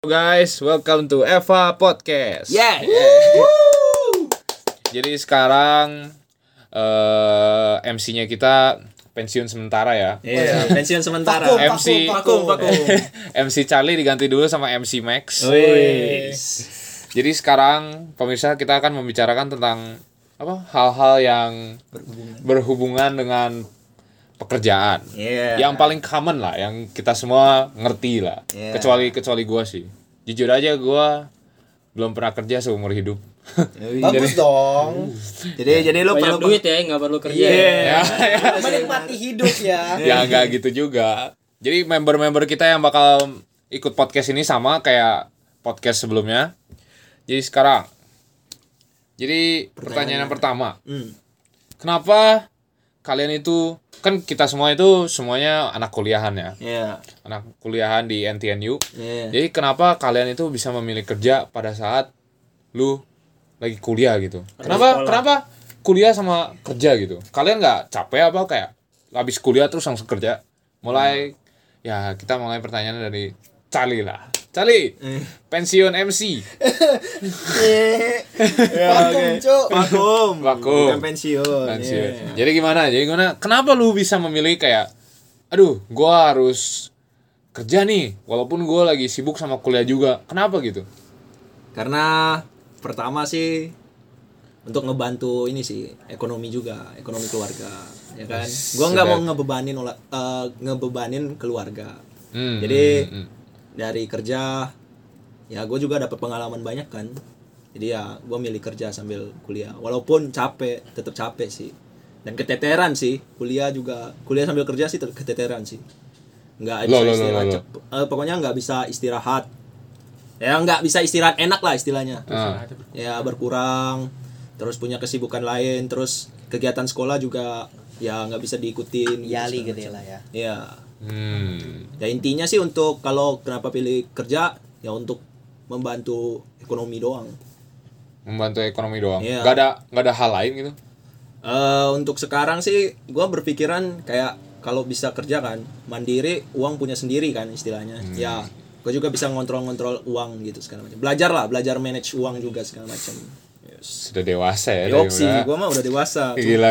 Guys, welcome to Eva Podcast. Yeah. Jadi sekarang MC-nya kita pensiun sementara ya. Iya, pensiun sementara. Vakum. Vakum. MC Charlie diganti dulu sama MC Max. Wis. Jadi sekarang pemirsa kita akan membicarakan tentang hal-hal yang berhubungan dengan pekerjaan. Iya. Yang paling common lah, yang kita semua ngerti lah. Yeah. Kecuali gue sih. Jujur aja gue belum pernah kerja seumur hidup. Bagus dong. Jadi lu banyak perlu duit ya, nggak perlu kerja. Iya. Menikmati hidup ya. Ya nggak gitu juga. Jadi member-member kita yang bakal ikut podcast ini sama kayak podcast sebelumnya. Jadi pertanyaan yang pertama. Kenapa kalian itu, kan kita semua itu semuanya anak kuliahan ya. Iya. Anak kuliahan di NTNU. Iya. Jadi kenapa kalian itu bisa memilih kerja pada saat lu lagi kuliah gitu? Kenapa kuliah sama kerja gitu? Kalian nggak capek apa kayak habis kuliah terus langsung kerja? Ya kita mulai pertanyaan dari Charlie lah. Charlie, pensiun MC. Vakum. Bukan pensiun. Pensiun. Jadi gimana? Kenapa lu bisa memilih kayak, aduh, gua harus kerja nih, walaupun gua lagi sibuk sama kuliah juga. Kenapa gitu? Karena pertama sih untuk ngebantu ini sih ekonomi keluarga, ya kan. Gua nggak mau ngebebanin keluarga. Jadi dari kerja ya gue juga dapat pengalaman banyak kan. Jadi ya gue milih kerja sambil kuliah, walaupun tetap capek sih, dan keteteran sih. Kuliah sambil kerja sih keteteran sih. Nggak bisa istirahat. Pokoknya nggak bisa istirahat. Ya nggak bisa istirahat enak lah istilahnya. Ya berkurang. Terus punya kesibukan lain. Terus kegiatan sekolah juga ya nggak bisa diikutin. Yali gede lah ya. Ya. Ya intinya sih untuk kalau kenapa pilih kerja ya untuk membantu ekonomi doang. Membantu ekonomi doang. Iya. Gak ada hal lain gitu. Untuk sekarang sih gue berpikiran kayak kalau bisa kerja kan mandiri, uang punya sendiri kan istilahnya. Ya gue juga bisa ngontrol uang gitu segala macam. Belajar manage uang juga segala macam. Yes. Sudah dewasa ya. Yoksi, gue mah udah dewasa. Gila.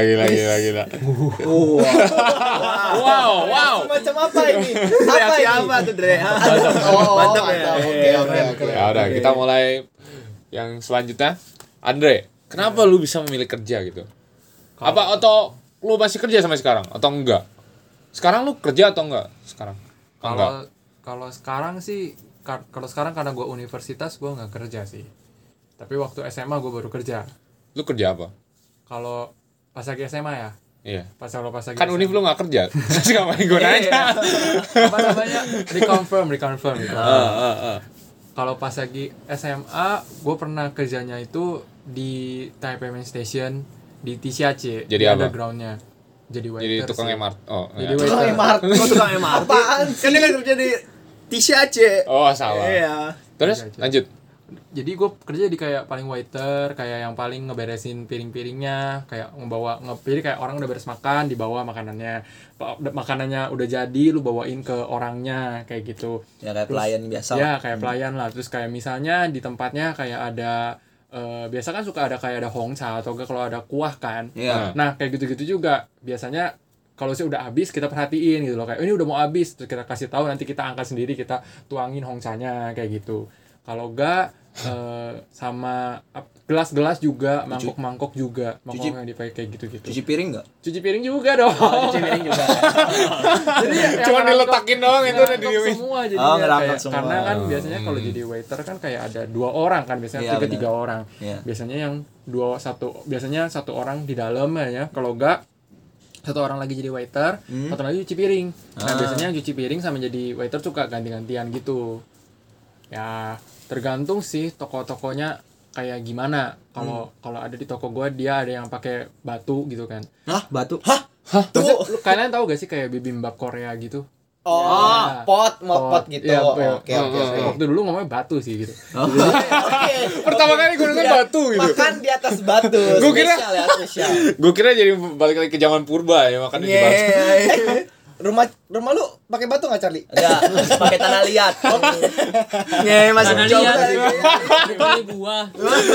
Wow. Macam apa ini? Reaksi apa tuh, Dre? Mantap ya. Oke. Ya udah, kita mulai yang selanjutnya. Andre, kenapa lu bisa memilih kerja gitu? Apa atau lu masih kerja sampai sekarang atau enggak? Sekarang lu kerja atau enggak? Sekarang. Kalau sekarang sih karena gue universitas gue nggak kerja sih. Tapi waktu SMA gue baru kerja. Lu kerja apa? Kalau pas lagi SMA ya. Iya. Pas lagi Kan SMA. Univ lu nggak kerja. Terus ngapain gue nanya? Apa namanya? Reconfirm. Kalau pas lagi SMA gue pernah kerjanya itu di Taipei Main Station di TCAC. Jadi di apa? Undergroundnya. Jadi waiter. Jadi tukang sih. MRT. Oh, Jadi ya. waiter. Tukang MRT. Apaan sih? Kan dia kan kerja di TCAC. Oh, salah. Iya. Terus lanjut. Jadi gue kerja di kayak paling waiter, kayak yang paling ngeberesin piring-piringnya, kayak jadi kayak orang udah beres makan, dibawa makanannya udah jadi, lu bawain ke orangnya kayak gitu. Ya kayak pelayan biasa. Ya kayak pelayan lah. Terus kayak misalnya di tempatnya kayak ada biasa kan suka ada kayak ada hongcha atau enggak kalau ada kuah kan. Iya. Nah kayak gitu-gitu juga biasanya. Kalau sih udah habis kita perhatiin gitu loh, kayak ini udah mau habis, terus kita kasih tahu, nanti kita angkat sendiri, kita tuangin hongchanya kayak gitu. Kalau enggak sama gelas-gelas juga, mangkok-mangkok juga, mangkok yang dipakai kayak gitu-gitu. Cuci piring enggak? Cuci piring juga dong. Cuci piring juga. Jadi Cuma diletakin doang itu udah ngerangkep didiemin. semua jadinya ngerangkep kayak, semua. karena kan biasanya kalau jadi waiter kan kayak ada 2 orang kan, biasanya Iya, 3 orang. Iya. Biasanya yang biasanya 1 orang di dalam ya. Kalau enggak 1 orang lagi jadi waiter, 1 lagi cuci piring. Nah, biasanya cuci piring sama jadi waiter suka ganti-gantian gitu. Ya, tergantung sih toko-tokonya kayak gimana. Kalau ada di toko gue dia ada yang pakai batu gitu kan. Hah? Batu? Kalian tahu gak sih kayak bibimbap Korea gitu? Oh, Ya. pot gitu. Iya, Oke. Waktu dulu ngomongnya batu sih gitu. Oke. Pertama kali gue denger batu gitu. Makan di atas batu. Gua kira- Spesial ya, spesial. Gue kira jadi balik lagi ke zaman purba ya, makan di batu. Rumah lu pakai batu enggak, Charlie? Enggak, pakai tanah liat. Nge, masih Tanah coba. liat. Beli buah.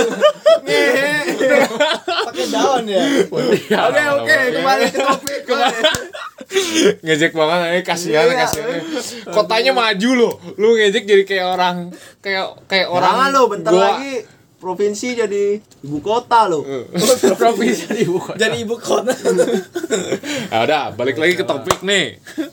Pakai daun ya. Oke, kembali ke topik. Ngejek banget, kasihan. Kotanya maju loh. Lu ngejek jadi kayak orang orang. Jangan lo, bentar gua- lagi provinsi jadi ibu kota lo. Provinsi di ibu kota. Jadi ibu kota. Ya udah, balik lagi ke topik nih.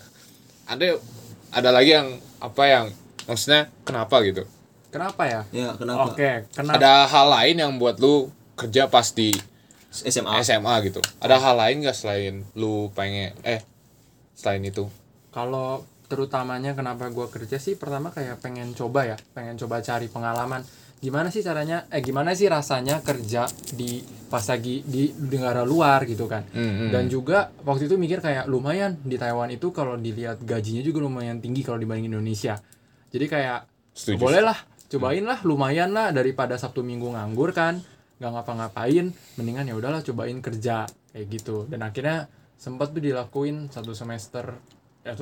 Ada lagi yang maksudnya kenapa gitu? Kenapa ya? Ya, kenapa? Oke, kenapa? Ada hal lain yang buat lu kerja pas di SMA. SMA gitu. Ada hal lain gak selain lu selain itu? Kalau terutamanya kenapa gua kerja sih, pertama kayak pengen coba cari pengalaman. Gimana sih rasanya kerja pas lagi di negara luar gitu kan. Dan juga waktu itu mikir kayak lumayan di Taiwan itu kalau dilihat gajinya juga lumayan tinggi kalau dibanding Indonesia. Jadi kayak Setuju. boleh lah, cobain lah, lumayan lah daripada Sabtu Minggu nganggur kan, nggak ngapa-ngapain, mendingan ya udahlah cobain kerja kayak gitu. Dan akhirnya sempat tuh dilakuin 1 semester, 2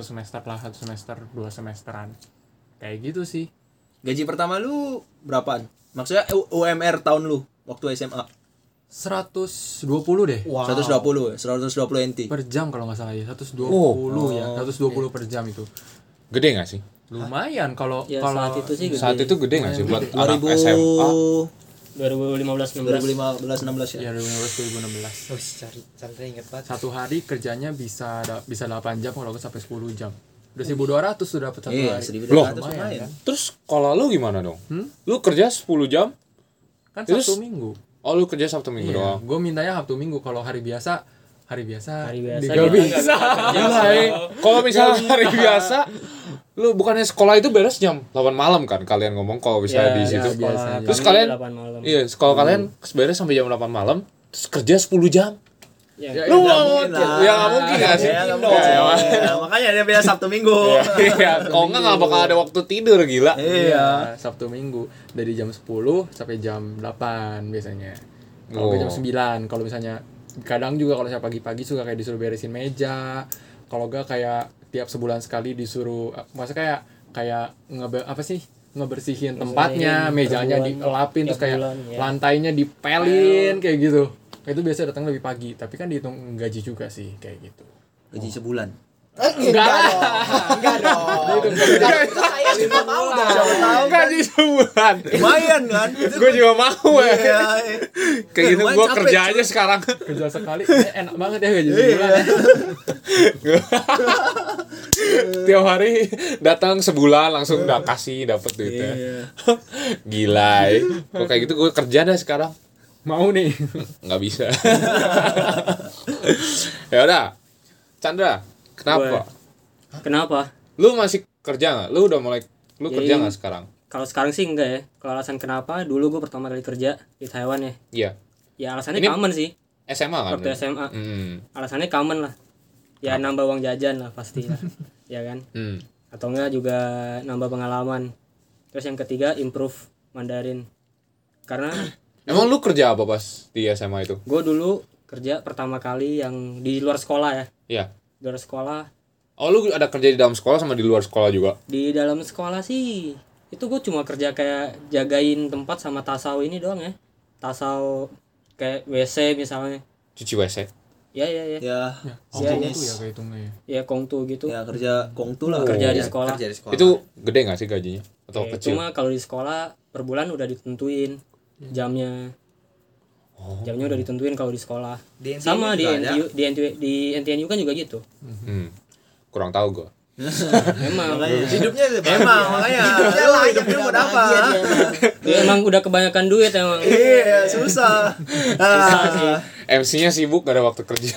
semesteran kayak gitu sih. Gaji pertama lu berapaan? Maksudnya UMR tahun lu waktu SMA? 120 deh. Wow. 120 NT. Per jam kalau nggak salah ya, 120 ya, 120 per jam itu. Gede gak sih? Lumayan kalau Ya kalau saat itu sih gede. Saat itu gede gak sih buat anak 2000 SMA? 2015 16. 2015 ya ya. 2015. Oh, Chandra inget banget. Satu hari kerjanya bisa 8 jam, kalau aku sampai 10 jam. Udah 1.200 tuh dapat satu Iya, hari. 1200 Loh. lumayan. Terus kalau lu gimana dong? Lu kerja 10 jam? Kan Terus? Sabtu Minggu. Oh, lu kerja Sabtu Minggu Iya, doang. gue mintanya Sabtu Minggu. Kalau hari biasa Biasa nggak kita bisa. Gila, kalau misalnya hari biasa, lu bukannya sekolah itu beres jam 8 malam kan? Kalian ngomong kalau misalnya di situ. biasanya. Terus kalian 8 malam. iya, kalau kalian beres sampai jam 8 malam, terus kerja 10 jam. Ya, Lu nggak nggak mungkin mungkin. lah. Ya nggak mungkin nggak sih? Ya, nggak Iya, mungkin. Ya, makanya dia bilang Sabtu Minggu. Iya, kalau nggak bakal ada waktu tidur, gila. Iya. Sabtu Minggu dari jam 10 sampai jam 8 biasanya. Kalau Oh. jam 9, kalau misalnya kadang juga kalau saya pagi-pagi suka kayak disuruh beresin meja. Kalau enggak kayak tiap sebulan sekali disuruh maksudnya kayak ngebersihin tempatnya, mejanya per bulan, dielapin, terus tiap kayak bulan, ya. lantainya dipelin kayak gitu. Itu biasa datang lebih pagi, tapi kan dihitung gaji juga sih kayak gitu. Gaji sebulan. Enggak dong. Saya juga mau dong. Siapa tahu kan Gaji sebulan. lumayan kan? Gue juga mau ya. Iya. Kayak gitu Lumayan gue capek, kerja cuy. aja sekarang. Kerja sekali enak banget ya gaji sebulan. Tiap hari datang sebulan langsung udah kasih dapat duitnya. Gila. Kok kayak gitu gue kerja dah sekarang. Mau nih. Nggak bisa. Ya udah. Chandra, kenapa? Kenapa? Lu masih kerja nggak? Lu udah mulai Jadi- kerja nggak sekarang? Kalau sekarang sih enggak ya. Kalau alasan kenapa, dulu gue pertama kali kerja di Taiwan ya. Iya. Ya alasannya Ini- common sih. SMA kan? Waktu SMA. Hmm. Alasannya common lah. Ya nambah uang jajan lah pasti lah. Ya kan? Hmm. Atau enggak juga nambah pengalaman. Terus yang ketiga improve Mandarin. Karena Emang lu kerja apa pas di SMA itu? gue dulu kerja pertama kali yang di luar sekolah ya. Iya. Di luar sekolah. Oh, lu ada kerja di dalam sekolah sama di luar sekolah juga? Di dalam sekolah sih itu gue cuma kerja kayak jagain tempat sama tasau ini doang ya. Tasau kayak WC misalnya. Cuci WC? Ya. Ya. Kongtu ya kayak hitungnya ya. Ya kongtu gitu. Ya kerja kongtu lah. Kerja di Ya, sekolah. Kerja di sekolah. Itu gede nggak sih gajinya? Atau Ya, kecil? cuma kalau di sekolah per bulan udah ditentuin jamnya. Jamnya udah ditentuin kalau di sekolah. Di NTNU Sama di juga ada. NTNU kan juga gitu. Kurang tahu gue. Memang Hidupnya Emang makanya lu hidupnya buat apa? ya, emang udah kebanyakan duit emang. Iya, susah. MC-nya sibuk gak ada waktu kerja.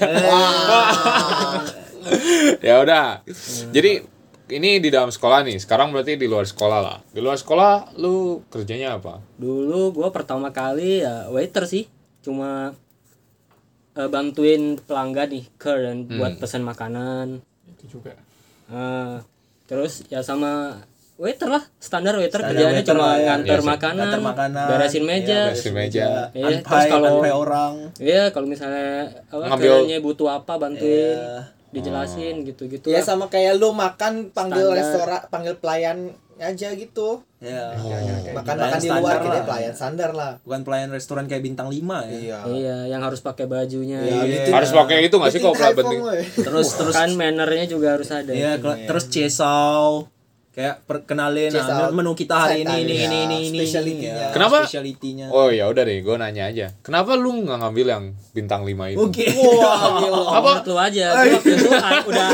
Ya udah. Jadi ini di dalam sekolah nih. Sekarang berarti di luar sekolah lah. Di luar sekolah lu kerjanya apa? Dulu gua pertama kali ya waiter sih. Cuma bantuin pelanggan nih dan buat pesan makanan. Itu juga. Terus ya sama waiter lah, standar waiter Standar kerjaannya waiter cuma lah ya. nganter Biasa. makanan, Nganter makanan, beresin meja. beresin meja. Iya, Anpai, terus kalau anpai orang. iya kalau misalnya Ngambil- kliennya butuh apa bantuin. Iya. dijelasin gitu-gitu Ya lah. sama kayak lu makan panggil Standar. restoran, panggil pelayan aja gitu. Ya. Makan Pelayan di luar standar gitu, lah. pelayan standar lah. Bukan pelayan restoran kayak bintang 5 ya. Iya. Iya, yang harus pakai bajunya. Iya, gitu. gitu. Harus pakai itu nggak sih kalau Bikin penting? high form, woy. Terus Kan mannernya juga harus ada. ya terus cesau kayak perkenalin Cesau. menu kita hari Setan, ini ya. ini Speciality-nya. Kenapa? Speciality-nya. Oh ya udah deh, gue nanya aja. Kenapa lu nggak ngambil yang bintang 5 itu? Oke. Wah, gila. Apa? Menurut lu aja. Gua waktu itu udah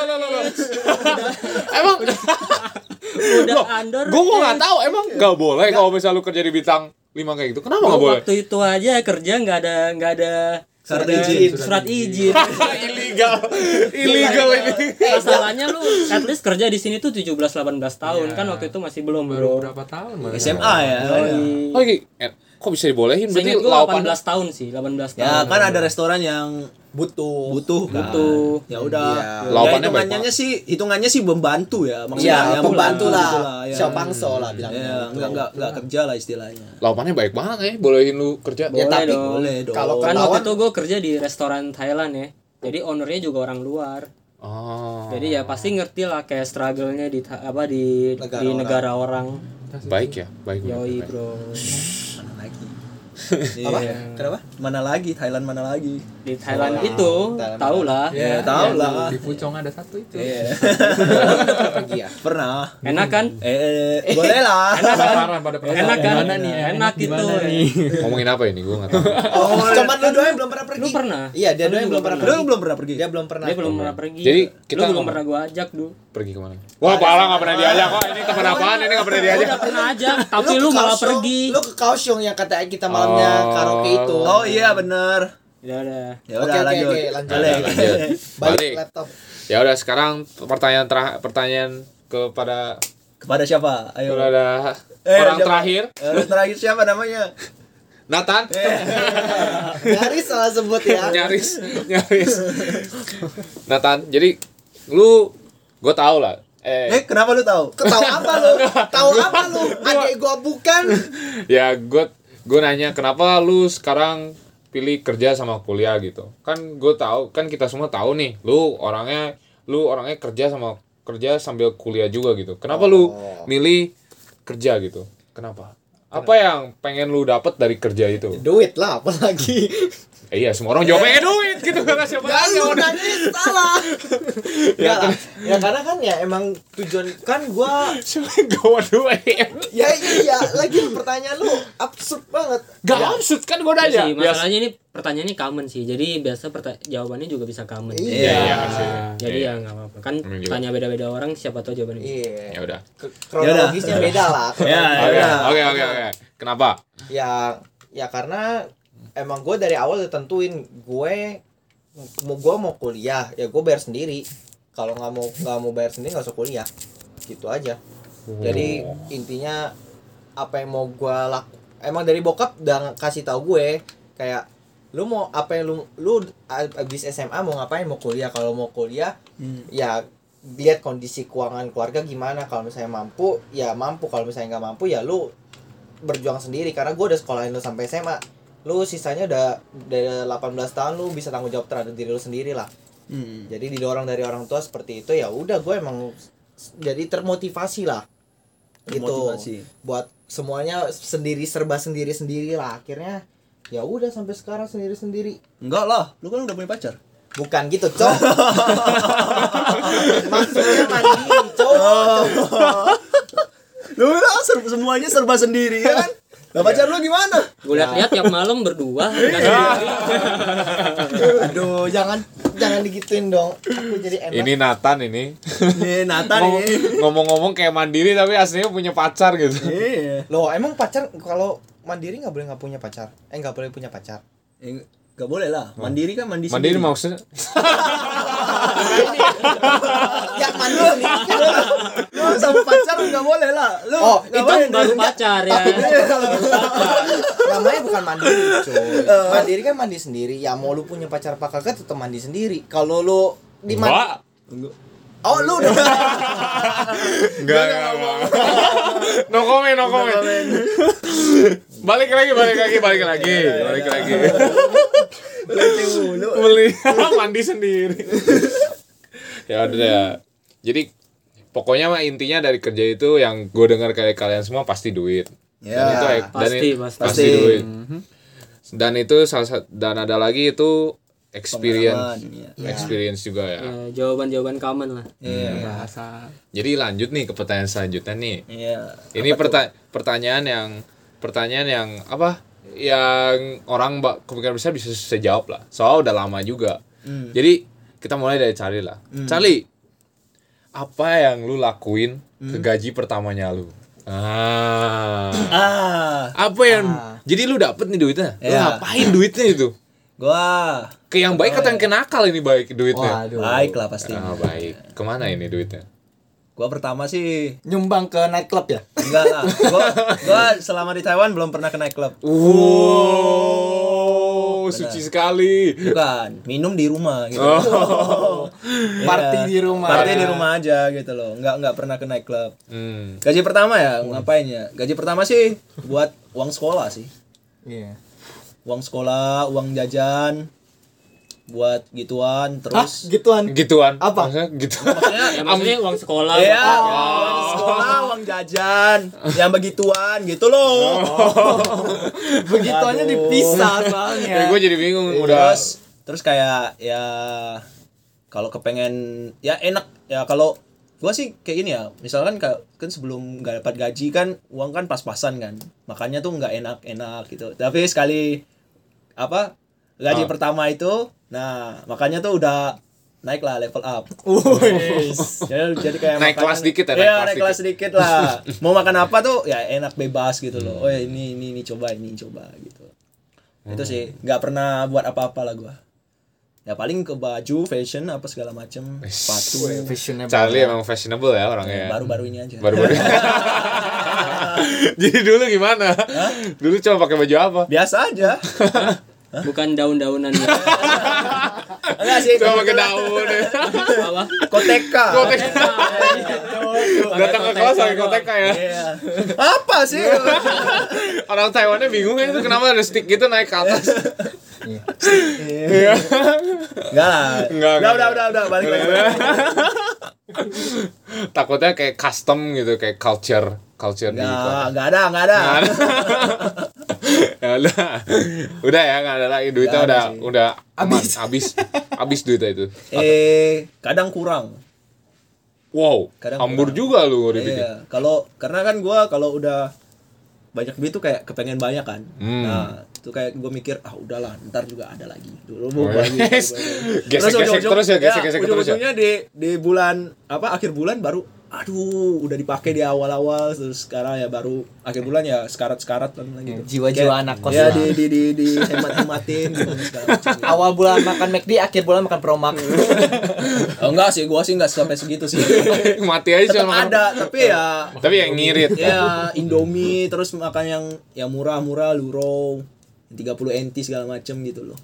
Emang udah under. gue nggak tahu emang nggak boleh kalau misal lu kerja di bintang 5 kayak gitu. Kenapa nggak boleh? Waktu itu aja kerja nggak ada Surat nggak ada izin. Surat izin. Illegal ini. Masalahnya lu at least kerja di sini tuh 17-18 tahun kan waktu itu masih belum Baru bro. berapa tahun malah. SMA ya. Oh, kok bisa dibolehin? Berarti Seingat gua lawan 18 tahun sih, 18 tahun. Ya kan ada restoran yang butuh kan. Butuh. Ya udah. Iya. Ya, Lawannya hitungannya sih membantu ya. Iya, ya, pembantu membantu lah. ya. Siapangso lah Ya, bilangnya. enggak kerja lah istilahnya. Lawannya baik banget ya, bolehin lu kerja. Boleh tapi dong. Boleh dong. Kalau Kan ketahuan- waktu itu gue kerja di restoran Thailand ya. Jadi ownernya juga orang luar. Oh. Jadi ya pasti ngerti lah kayak struggle-nya di negara orang. Baik ya, baik. Yoi baik. bro. Mana lagi? Apa? Iya. Kenapa? Mana lagi? Thailand mana lagi? Di Thailand itu Thailand tau lah. Ya, tahu lah. Di Pucong ada satu itu. Iya. Pergi ya. Pernah. Enak kan? Boleh lah. Penasaran pada Enak kan? Gimana nih? Enak itu. Gimana nih? Ngomongin apa ini? Gue nggak tahu. Oh, cuman lu doang yang belum pernah pergi. Lu pernah? Iya, dia doang yang belum pernah Lu pergi. belum pernah pergi? Dia belum pernah. Dia belum pernah pergi. Jadi, kita lu belum ngomong- pernah gua ajak dulu. Pergi kemana? Wah, parah nggak pernah diajak kok. Ini teman apaan? Ini nggak pernah Gua diajak. udah pernah ajak, tapi ke lu malah Kaohsiung. pergi. Lu ke Kaohsiung yang katanya kita malamnya Oh. karaoke itu. Oh iya bener. Ya udah. Ya Oke, udah oke, lanjut. oke, lanjut. Balik. Lanjut. Balik Balik. laptop. Ya udah sekarang pertanyaan kepada Kepada siapa? Ayo. kepada Eh, orang siapa? terakhir, Orang terakhir siapa namanya? Nathan. Nyaris salah sebut ya. nyaris. Nathan, jadi gue tau lah. Kenapa lu tahu? Tahu apa lu? Tahu apa lu? Adik gua bukan. Ya gue nanya kenapa lu sekarang pilih kerja sama kuliah gitu. Kan gue tahu, kan kita semua tahu nih, lu orangnya kerja sambil kuliah juga gitu. Kenapa lu milih kerja gitu? Kenapa? Apa yang pengen lu dapat dari kerja itu? Duit lah apalagi. Iya, semua orang jawabnya duit gitu kan siapa Ya lagi lu yang udah- nanya salah. Ya lah. Ya karena kan ya emang tujuan kan gua Gua duit. ya iya lagi pertanyaan lu absurd banget. Gak absurd kan gue Ya nanya. sih, masalahnya ini pertanyaannya common sih. Jadi biasa jawabannya juga bisa common. Iya. Iya. Jadi ya nggak apa-apa. Kan Emang juga. tanya beda-beda orang siapa tahu jawabannya. Iya. Ya udah. Kronologisnya beda lah. Oke. Kenapa? Ya karena emang gue dari awal udah tentuin gue mau kuliah ya gue bayar sendiri. Kalau nggak mau bayar sendiri nggak usah kuliah, gitu aja. Jadi intinya apa yang mau gue emang dari bokap udah kasih tahu gue kayak lu mau apa yang lu abis SMA mau ngapain, mau kuliah. Kalau mau kuliah ya lihat kondisi keuangan keluarga gimana. Kalau misalnya mampu ya mampu, kalau misalnya nggak mampu ya lu berjuang sendiri. Karena gue udah sekolahin lu sampai SMA, lu sisanya udah 18 tahun, lu bisa tanggung jawab terhadap diri lu sendiri lah. Jadi didorong dari orang tua seperti itu, ya udah gue emang jadi termotivasi lah gitu buat semuanya serba sendiri lah. Akhirnya ya udah sampai sekarang sendiri. Enggak lah, lu kan udah punya pacar. Bukan gitu, Cok. Maksudnya mandiri, Cok. Lu lah semuanya serba sendiri ya kan? Lah pacar lu gimana? Gue lihat-lihat tiap malam berdua. nggak sendiri. Aduh, jangan digituin dong. Aku jadi enak. Ini Nathan ini. Nih Nathan ini. Ngomong-ngomong kayak mandiri tapi aslinya punya pacar gitu. Iya. Loh, emang pacar kalau mandiri nggak boleh nggak punya pacar? Nggak boleh punya pacar. Enggak boleh lah. Mandiri kan mandi Mandiri sendiri. maksudnya Yang mandiri. Lu sama pacar enggak boleh lah. Lu Oh, nggak itu boleh. Baru pacar ya. Namanya bukan mandiri, cuy. Mandiri kan mandi sendiri. Ya mau lu punya pacar apa kagak tetap mandi sendiri. Kalau lu di enggak. Oh, lu udah. Enggak. No comment. Balik lagi. Beli mulu. Beli mandi sendiri. Ya udah ya. Jadi pokoknya mah intinya dari kerja itu yang gue dengar kayak kalian semua pasti duit. Ya, pasti. duit. Dan itu dan ada lagi itu experience. Experience juga ya. Ya, jawaban-jawaban common lah. Iya. Bahasa. Jadi lanjut nih ke pertanyaan selanjutnya nih. Iya. Ini pertanyaan yang apa? Yang orang kemungkinan besar bisa jawab lah. Soalnya udah lama juga. Jadi kita mulai dari Charlie lah. Charlie, apa yang lu lakuin ke gaji pertamanya lu? Apa yang jadi lu dapet nih duitnya? Lu ngapain duitnya itu? Gua Ke yang baik atau yang kenakal ini baik duitnya? baik lah pasti. Baik. Kemana ini duitnya? Gua pertama sih Nyumbang ke nightclub ya? enggak lah. Gua selama di Taiwan belum pernah ke nightclub. Wow, suci sekali. Bukan, minum di rumah gitu. Party di rumah. Party di rumah aja gitu loh. Enggak pernah ke nightclub. Gaji pertama ya ngapain ya? Gaji pertama sih buat uang sekolah sih. Iya. Uang sekolah, uang jajan buat gituan terus Gituan. Apa? Maksudnya gitu. Maksudnya uang sekolah. Iya, uang sekolah, uang jajan, yang begituan gitu loh. Begituannya dipisah soalnya. Gue jadi bingung udah. Terus kayak ya kalau kepengen ya enak ya kalau gua sih kayak gini ya, misalkan kan sebelum nggak dapat gaji kan uang kan pas-pasan kan, makanya tuh nggak enak-enak gitu. Tapi sekali apa gaji pertama itu, nah makanya tuh udah naik lah, level up. Jadi kayak Naik kelas dikit ya, Iya, naik kelas dikit lah. Mau makan apa tuh ya enak bebas gitu loh. Oh ini coba gitu. Itu sih nggak pernah buat apa-apa lah gua. Ya paling ke baju, fashion apa segala macem, sepatu. Charlie emang fashionable ya orangnya. Baru-baru ini aja. Baru-baru. Jadi dulu gimana? Dulu cuma pakai baju apa? Biasa aja. Bukan daun-daunan ya. Enggak sih. Cuma pakai daun. Apa? Koteka. Datang ke kelas pakai koteka ya. Iya. Apa sih? Orang Taiwannya bingung ya itu kenapa ada stick gitu naik ke atas. Iya. Enggak lah. Udah balik lagi. Takutnya kayak custom gitu, kayak culture di Enggak ada. Ya udah ya nggak ada lagi duitnya udah habis duitnya itu. Kadang kurang. Wow, Kadang hambur kurang. juga lu dipikir. Iya, karena kan gua kalau udah banyak duit tuh kayak kepengen banyak kan. Nah, itu kayak gua mikir udahlah, ntar juga ada lagi. Dulu mau lagi. Gesek-gesek terus ya, gesek-gesek terus ya. Ujung-ujungnya di bulan akhir bulan baru udah dipakai di awal-awal, terus sekarang ya baru akhir bulan ya sekarat-sekarat kan gitu. Jiwa-jiwa anak kos. Ya di hemat-hematin gitu segala macam. Awal bulan makan McD, akhir bulan makan Promax. Enggak sih, gua sih enggak sampai segitu sih. Mati aja Tetap cuma makan. ada, tapi yang ngirit. Ya Indomie, terus makan yang murah-murah, Luro 30 NT segala macem gitu loh.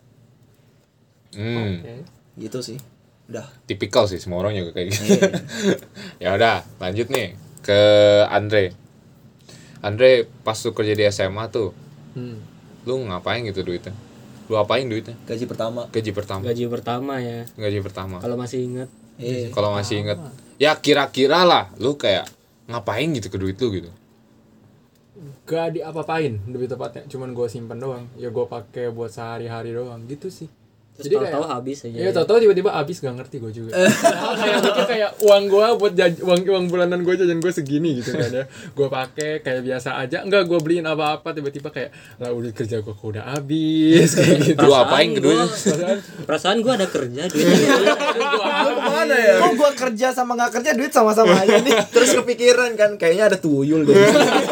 Gitu sih. Udah. Tipikal sih semua orang juga kayak gitu. Ya udah, lanjut nih ke Andre. Andre pas lu kerja di SMA tuh. Lu ngapain gitu duitnya? Lu apain duitnya? Gaji pertama. Gaji pertama ya. Gaji pertama. Kalau masih ingat. Kalau masih inget. Ya kira-kira lah lu kayak ngapain gitu ke duit lu gitu. Gak diapa-apain lebih tepatnya, cuman gue simpen doang. Ya gue pakai buat sehari-hari doang gitu sih. Terus tahu-tahu habis aja. Iya, tahu-tahu tiba-tiba habis, gak ngerti gue juga. kayak uang gue buat uang bulanan gue jajan gue segini gitu kan ya. Gue pakai kayak biasa aja. Enggak gue beliin apa-apa, tiba-tiba kayak lah udah kerja gue udah habis kayak gitu. Lu apain ke duit? Perasaan gue ada kerja duitnya. Mana ya? Kok gua kerja sama nggak kerja duit sama-sama aja nih. Terus kepikiran kan kayaknya ada tuyul deh.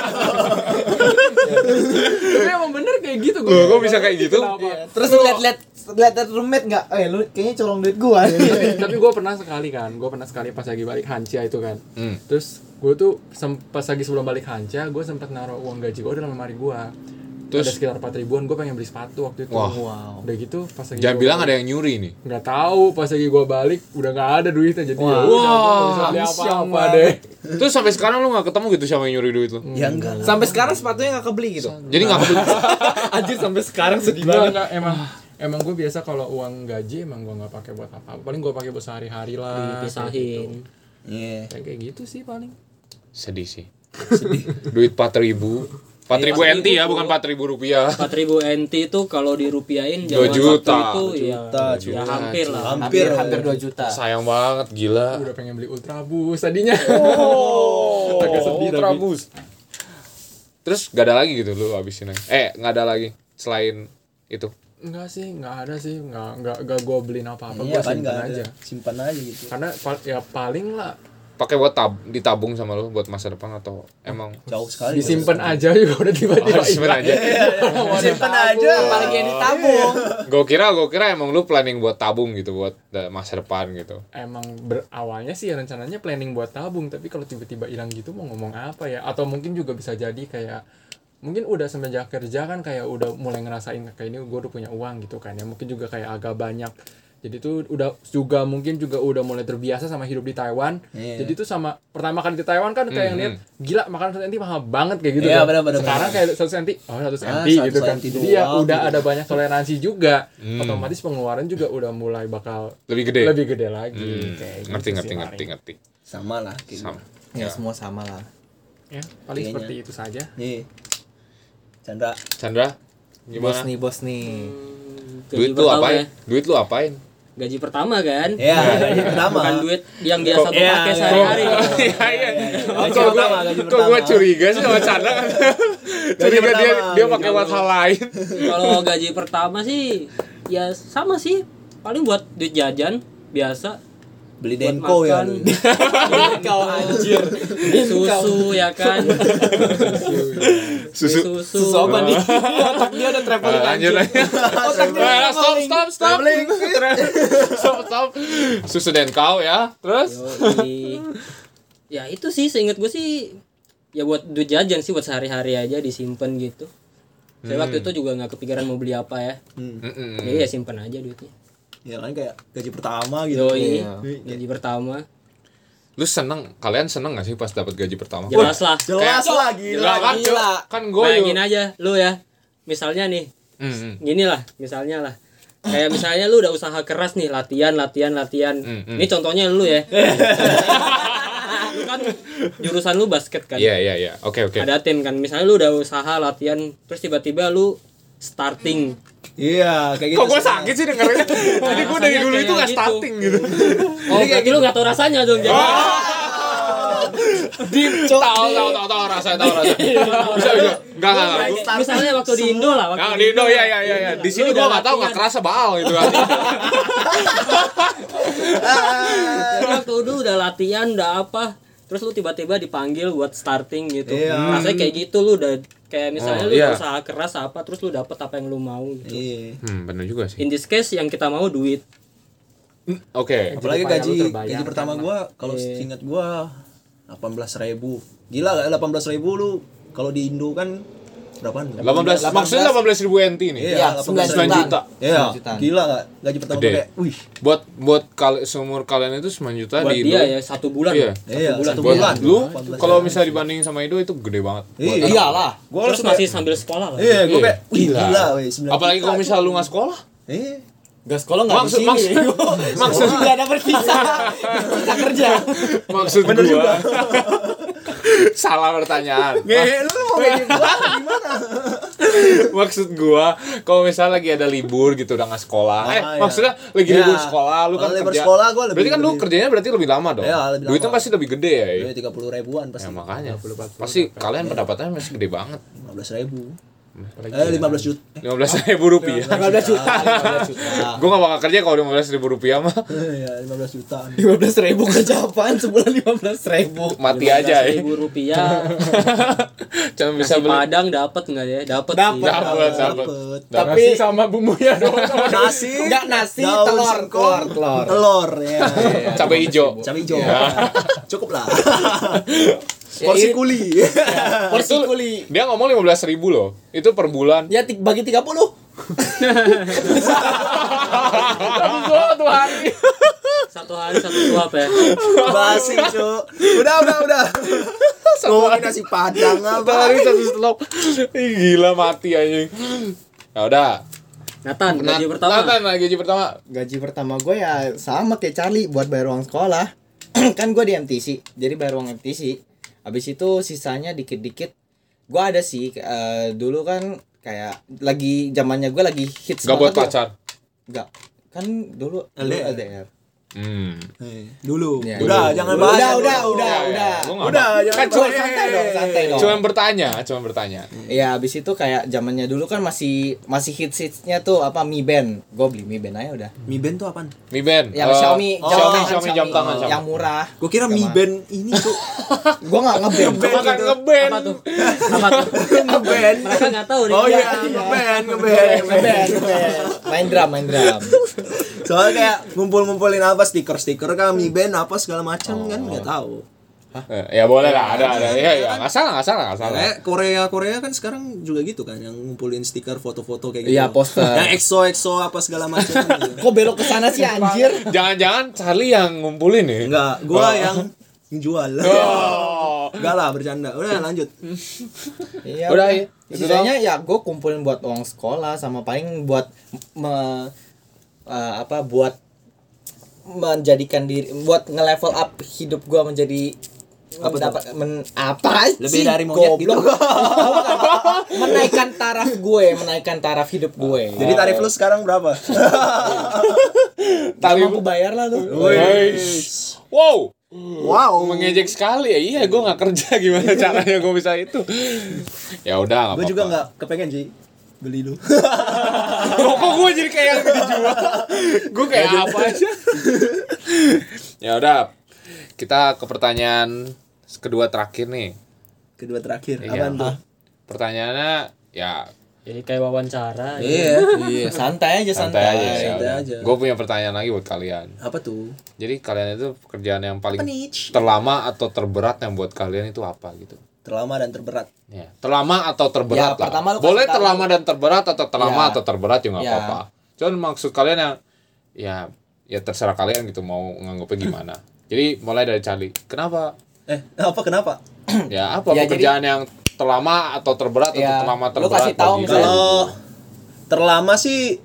Tapi emang bener kayak gitu Gue bisa kayak gitu. Terus lihat roommate nggak? Lu kayaknya colong duit gua. Tapi gue pernah sekali pas lagi balik Hancia itu kan. Terus gue tuh pas lagi sebelum balik Hancia, gue sempat naruh uang gaji gue dalam lemari gue. Terus ada sekitar 4 ribuan, gue pengen beli sepatu waktu itu. Wow. Udah gitu pas lagi Jangan bilang ada yang nyuri nih. Nggak tahu, pas lagi gue balik udah nggak ada duitnya, jadi ya udah Wah, bisa beli apa-apa deh. Terus sampai sekarang lu nggak ketemu gitu siapa yang nyuri duit lu? Ya enggak. Sampai sekarang sepatunya nggak kebeli gitu. Jadi nggak kebeli. Anjir sampai sekarang sedih Enggak, emang Emang gue biasa kalau uang gaji emang gue nggak pakai buat apa, paling gue pakai buat sehari-hari lah. Dipisahin. Iya. Kayak gitu sih paling. Sedih sih. Duit 4.000 NT ya, bukan 4.000 rupiah. 4.000 NT itu kalau dirupiahin 2 juta. itu Juta, ya hampir lah. Hampir 2 juta. Sayang banget, gila. Udah pengen beli Ultrabus tadinya. Oh, Agak sedih tapi. Ultrabus. Terus gak ada lagi gitu lu habisin aja. Gak ada lagi selain itu. Enggak sih, enggak ada sih, enggak gue beliin apa-apa, Iya gue kan simpen nggak aja. ada. Simpan aja gitu. Karena ya paling lah Pakai buat ditabung sama lu buat masa depan atau emang Jauh sekali. disimpan aja juga udah tiba-tiba simpen aja. Simpan aja. Apalagi yang ditabung. Gue kira emang lu planning buat tabung gitu buat masa depan gitu. Emang berawalnya sih rencananya planning buat tabung, tapi kalau tiba-tiba hilang gitu mau ngomong apa ya? Atau mungkin juga bisa jadi kayak mungkin udah semenjak kerja kan kayak udah mulai ngerasain kayak ini gue udah punya uang gitu kan ya, mungkin juga kayak agak banyak. Jadi tuh mungkin juga udah mulai terbiasa sama hidup di Taiwan. Iya. Jadi tuh sama pertama kali di Taiwan kan kayak ngeliat gila makanan 1 senti mahal banget kayak gitu Iya, kan. benar-benar. Sekarang kayak 1 senti, 1 senti 1 gitu kan. senti Jadi ya doang, udah gitu. ada banyak toleransi juga. Otomatis pengeluaran juga udah mulai bakal Lebih gede. lebih gede lagi. Kayak Ngerti gitu ngerti sih ngerti paling. ngerti. Sama lah kayak Sama. Ya semua sama lah. Ya, paling Kayaknya. seperti itu saja. Nih. Chandra. Chandra, gimana? Bos nih. Duit Gaji lu pertama apain? ya. Duit lu apain? Gaji pertama kan? Ya, gaji pertama. Bukan duit yang biasa gue Iya, pakai iya. sehari-hari. Iya. Gaji pertama, gaji Kok gue pertama. curiga sih sama Chandra? Curiga dia pertama. pakai buat hal lain. Kalau gaji pertama sih ya sama sih. Paling buat duit jajan biasa. Beli Buat Denko ya. makan. lu. Kau anjir. Susu ya kan. Susu. Susu apa nih? Otak dia udah traveling Lanjut aja. Stop. Susu dan kau ya. Terus? Yoi. Ya itu sih seingat gue sih ya buat duit jajan sih buat sehari-hari aja disimpan gitu. Saya waktu itu juga nggak kepikiran mau beli apa ya. Jadi ya simpan aja duitnya. Ya kan kayak gaji pertama gitu. Yoi. Iya. Gaji pertama. Kalian seneng gak sih pas dapat gaji pertama? Jelas lah. Jelas lah gila. Gila. Kan gue Bayangin aja lu ya. Misalnya nih. Gini lah, misalnya lah. Kayak misalnya lu udah usaha keras nih, latihan. Ini contohnya lu ya. Lu kan jurusan lu basket kan. Iya. Oke. Ada tim kan. Misalnya lu udah usaha latihan terus tiba-tiba lu starting. Iya, kayak gitu. Kok gue sakit sih dengernya? Jadi gue dari rasanya dulu itu kayak gak gitu. starting gitu. Oh, berarti lu gak tau rasanya dong. Jadi Tahu rasanya. Bisa. Enggak. misalnya waktu di Indo lah, Nah, di Indo ya. Di sini Lu gue udah nggak tahu nggak latihan. kerasa baal gitu kan. Waktu dulu udah latihan, udah apa, terus lu tiba-tiba dipanggil buat starting gitu. Iya. Rasanya kayak gitu, lu udah kayak misalnya Oh, lu iya. usaha keras apa, terus lu dapet apa yang lu mau gitu. Iya. Bener juga sih. In this case yang kita mau duit. Oke. Apalagi upaya lu gaji terbayarkan pertama lah. gua kalau seingat gua 18.000. Gila gak 18.000 lu kalau di Indo kan berapaan? 18 maksudnya 18.000 NT nih. Iya, 9 juta. Iya, 9 jutaan. gila gak? Gaji pertama Gede. gua kayak, wih. Buat seumur kalian itu 9 juta Buat di dia Indo. ya 1 bulan. Iya. Iya, satu Buat bulan. lu 18 kalau juta. misalnya dibandingin sama Indo itu gede banget. Iya. Iyalah. Gua Terus langsung masih sambil sekolah lah. Iya, gua kayak, wih, Gila. gila weh, 9 Apalagi juta. kalau misalnya lu nggak sekolah. Iya. Gak sekolah nggak di sini. Maksud Nggak ada berpisah. Kita kerja. maksud gua. Salah pertanyaan. Ngehe, lu mau ngejek gua gimana? Maksud gua kalau misalnya lagi ada libur gitu udah nggak sekolah. Ah, iya. Maksudnya lagi Iya. libur sekolah lu kan Kalau libur kerja. sekolah gua lebih berarti kan lu gede. kerjanya berarti lebih lama dong. Iya, lebih Duitnya lama. pasti lebih gede ya. Iya, 30 ribuan pasti. Ya makanya. Pasti kalian pendapatannya masih gede banget. 15.000. Apalagi 15 juta. 15.000 rupiah. 15 juta. 15 juta. Gue gak bakal kerja kalau 15.000 rupiah mah. Iya, 15 juta. 15.000 kerja apaan sebulan 15.000. Mati aja ya. Rp15.000 Cuma bisa nasi beli. padang dapat nggak ya? Dapat sih. Dapat. Dapet. Tapi nasi sama bumbunya dong. Nasi, enggak nasi, daun telur, singkong, telur. telur ya. Cabai hijau. Cabai hijau. Cukup lah. Ya, Porsi ini- kuli. Porsi kuli. Dia ngomong 15.000 loh. Itu per bulan. Ya bagi 30. Satu hari satu suap ya. Basi, Cuk. Udah. Ngomongin nasi padang apa? Hari satu slop. Ih, gila mati anjing. Ya udah. Nathan, gaji pertama. Nathan, gaji pertama. Gaji pertama gue ya sama kayak Charlie buat bayar uang sekolah. Kan gue di MTC, jadi bayar uang MTC. Habis itu sisanya dikit-dikit. Gue ada sih dulu kan kayak lagi zamannya gue lagi hits Gak buat banget tuh. pacar. Gak. Kan dulu LDR. Dulu. Ya, Udah, dulu. jangan bahas. Udah. Jangan Kan cuma bahas. santai dong. Cuma bertanya. Ya habis itu kayak zamannya dulu kan masih hitsnya tuh apa Mi Band. Gue beli Mi Band aja udah. Mi Band tuh apaan? Mi Band. Yang Xiaomi jam tangan. yang murah. Gue kira Mi Band ini tuh. Gue nggak ngeband. Bukan ngeband. Apa tuh? Apa tuh? Ngeband. Mereka nggak tahu nih. Oh iya, ngeband. Ngeband. Main drum. Soalnya kayak ngumpulin apa stiker kan Mi Band apa segala macam kan nggak tahu. Ya boleh lah, ada. Ya nggak salah. Kayak Korea kan sekarang juga gitu kan, yang ngumpulin stiker foto-foto kayak gitu. Iya, poster. Yang EXO apa segala macam. Gitu. Kok belok ke sana sih anjir? Jangan Charlie yang ngumpulin nih. Enggak, gua yang jual. Oh. Enggak lah, bercanda. Udah lanjut. Iya. Udah, ya. Sisanya ya gue kumpulin buat uang sekolah sama paling buat buat menjadikan diri, buat nge-level up hidup gue menjadi Lebih dari monyet gitu. menaikkan taraf hidup gue. Jadi tarif lu sekarang berapa? Gak mampu bayar lah lu. Wow, mengejek sekali ya. Iya, gue nggak kerja, gimana caranya gue bisa itu? Ya udah, nggak apa-apa. Gue juga nggak kepengen sih beli lu. Kok gue jadi kayak yang dijual? Gue kayak apa aja? Ya udah, kita ke pertanyaan kedua terakhir nih. Kedua terakhir. Iya. Apaan tuh? Pertanyaannya ya Jadi kayak wawancara. Iya. Santai aja. aja. Gue punya pertanyaan lagi buat kalian. Apa tuh? Jadi kalian itu pekerjaan yang paling Penich. terlama atau terberat yang buat kalian itu apa gitu? Terlama dan terberat. Ya, terlama atau terberat Ya, lah. pertama lu Boleh kasih tahu. terlama dan terberat atau terlama Ya. atau terberat juga nggak Ya. apa-apa. Cuman maksud kalian yang ya terserah kalian gitu mau nganggapnya gimana. Jadi mulai dari Charlie. Kenapa? Kenapa? Ya apa Ya, pekerjaan yang terlama atau terberat atau Ya, terlama lu terberat? kasih tahu bagi misalnya. kalian? Kalau terlama sih,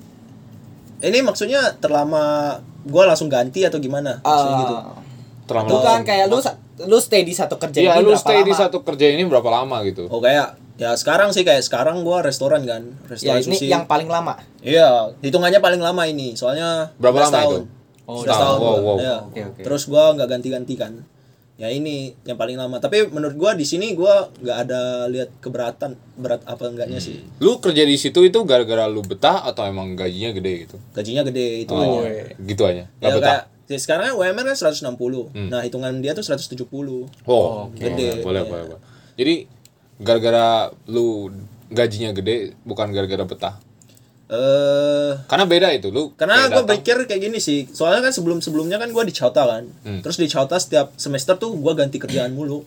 ini maksudnya terlama gua langsung ganti atau gimana? Maksudnya gitu. Terlama. Bukan kayak lu stay di satu kerjaan Iya, ini lu berapa stay di lama? satu kerja ini berapa lama gitu? Oh kayak ya sekarang gua restoran kan, Ya restoran ini sushi. yang paling lama. Iya, hitungannya paling lama ini. Soalnya Berapa 11 lama tahun. itu? Oh, 11 tahun. wow, wow. Iya. Oke. Terus gua nggak ganti-ganti kan. Ya ini yang paling lama. Tapi menurut gua di sini gua nggak ada lihat keberatan berat apa enggaknya sih. Lu kerja di situ itu gara-gara lu betah atau emang gajinya gede gitu? Gajinya gede itu Oh, aja. gitu aja. Gak Ya betah. kayak ya, sekarang kan UMR kan 160. Nah, hitungan dia tuh 170. Oh, gede. Boleh. Jadi gara-gara lu gajinya gede bukan gara-gara betah. Karena beda itu lu. Karena kayak gue datang, pikir kayak gini sih. Soalnya kan sebelumnya kan gue di Chauta kan. Terus di Chauta setiap semester tuh gue ganti kerjaan mulu.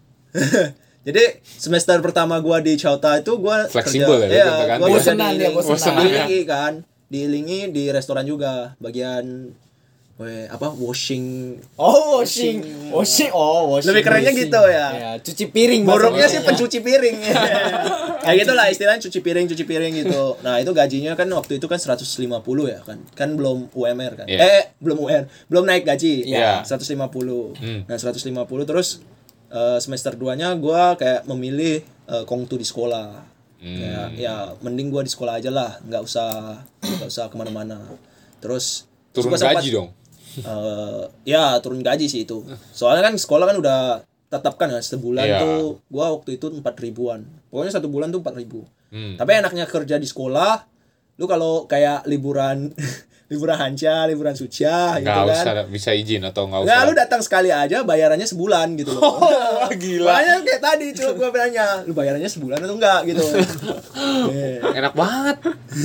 Jadi semester pertama gue di Chauta itu gue Fleksibel ya, Iya, ganti-ganti gue ya. bosenan dia, bosenan. diilingi kan. Diilingi di restoran juga. Bagian washing. Washing. Lebih kerennya gitu ya. Ya, cuci piring. Boroknya bahasa sih pencuci piring. Kayak gitulah istilahnya cuci piring gitu. Nah, itu gajinya kan waktu itu kan 150 ya kan. Kan belum UMR kan. Iya. Belum UMR, belum naik gaji. Iya. 150. Nah, 150 terus semester 2-nya gua kayak memilih kongtu di sekolah. Kayak ya mending gua di sekolah aja lah, nggak usah kemana-mana. Terus turun gua sempat- gaji dong. Ya turun gaji sih itu. Soalnya kan sekolah kan udah tetapkan ya sebulan Iya. tuh gua waktu itu 4.000-an. Pokoknya satu bulan tuh 4.000. Hmm. Tapi enaknya kerja di sekolah, lu kalau kayak liburan liburan Hanca, liburan Sucia gitu Nggak kan. usah bisa izin atau nggak usah. Nggak, lu datang sekali aja bayarannya sebulan gitu loh. Wah, gila. Makanya kayak tadi coba gua bertanya, lu bayarannya sebulan atau enggak gitu. Enak banget.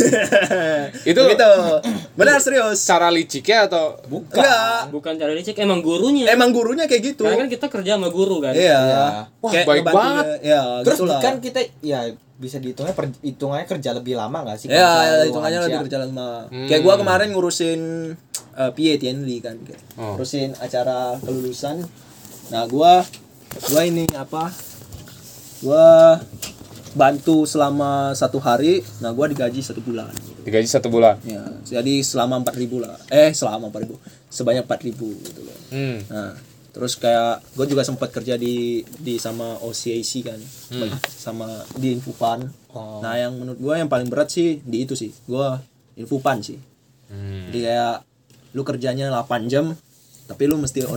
Itu gitu. Benar serius. cara liciknya atau Enggak. Bukan cara licik, emang gurunya. Emang gurunya kayak gitu. Karena kan kita kerja sama guru kan. Iya. Wah, Kayak baik ngebantu banget. dia. Ya, Terus gitulah. kan kita ya bisa dihitungnya hitungannya kerja lebih lama nggak sih? Ya, kalau misalnya lu hitungannya Hanca? lebih kerja lama. Kayak gua kemarin ngurusin PA Tienli kan. Oh. Ngurusin acara kelulusan. Nah, gua ini apa? Gua bantu selama 1 hari, nah gue digaji 1 bulan. Digaji 1 bulan. Ya, jadi selama 4.000 lah. Selama 4.000. Sebanyak 4.000 gitu loh. Nah, terus kayak gue juga sempat kerja di sama OCAC kan. Sama di Infopan. Nah, yang menurut gue yang paling berat sih di itu sih. Gue Infopan sih. Jadi kayak lu kerjanya 8 jam tapi lu mesti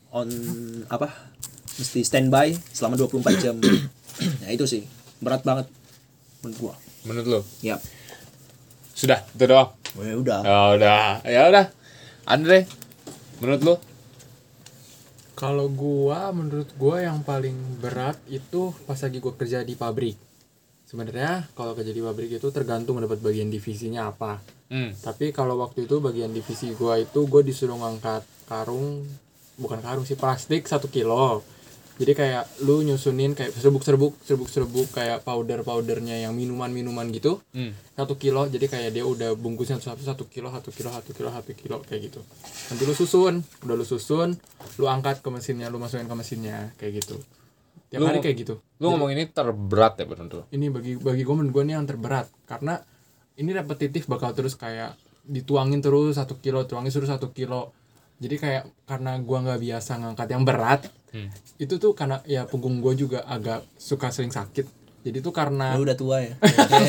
mesti standby selama 24 jam. Nah, itu sih berat banget menurut gua. Menurut lo? Ya. Sudah, itu doang. Ya udah. Ya udah. Andre, menurut lo? Kalau menurut gua yang paling berat itu pas lagi gua kerja di pabrik. Sebenarnya kalau kerja di pabrik itu tergantung dapat bagian divisinya apa. Tapi kalau waktu itu bagian divisi gua itu gua disuruh ngangkat bukan karung sih, plastik 1 kilo. Jadi kayak lu nyusunin kayak serbuk kayak powdernya yang minuman gitu. 1 kilo, jadi kayak dia udah bungkusnya 1 kilo kayak gitu. Nanti lu susun, lu angkat ke mesinnya, lu masukin ke mesinnya kayak gitu. Tiap hari kayak gitu. Lu ngomong ini terberat ya bener. Ini bagi gue menurut gue ini yang terberat karena ini repetitif, bakal terus kayak dituangin terus 1 kilo, tuangin terus 1 kilo. Jadi kayak karena gua nggak biasa ngangkat yang berat, itu tuh karena ya punggung gua juga agak suka sering sakit. Jadi tuh karena Lu udah tua ya.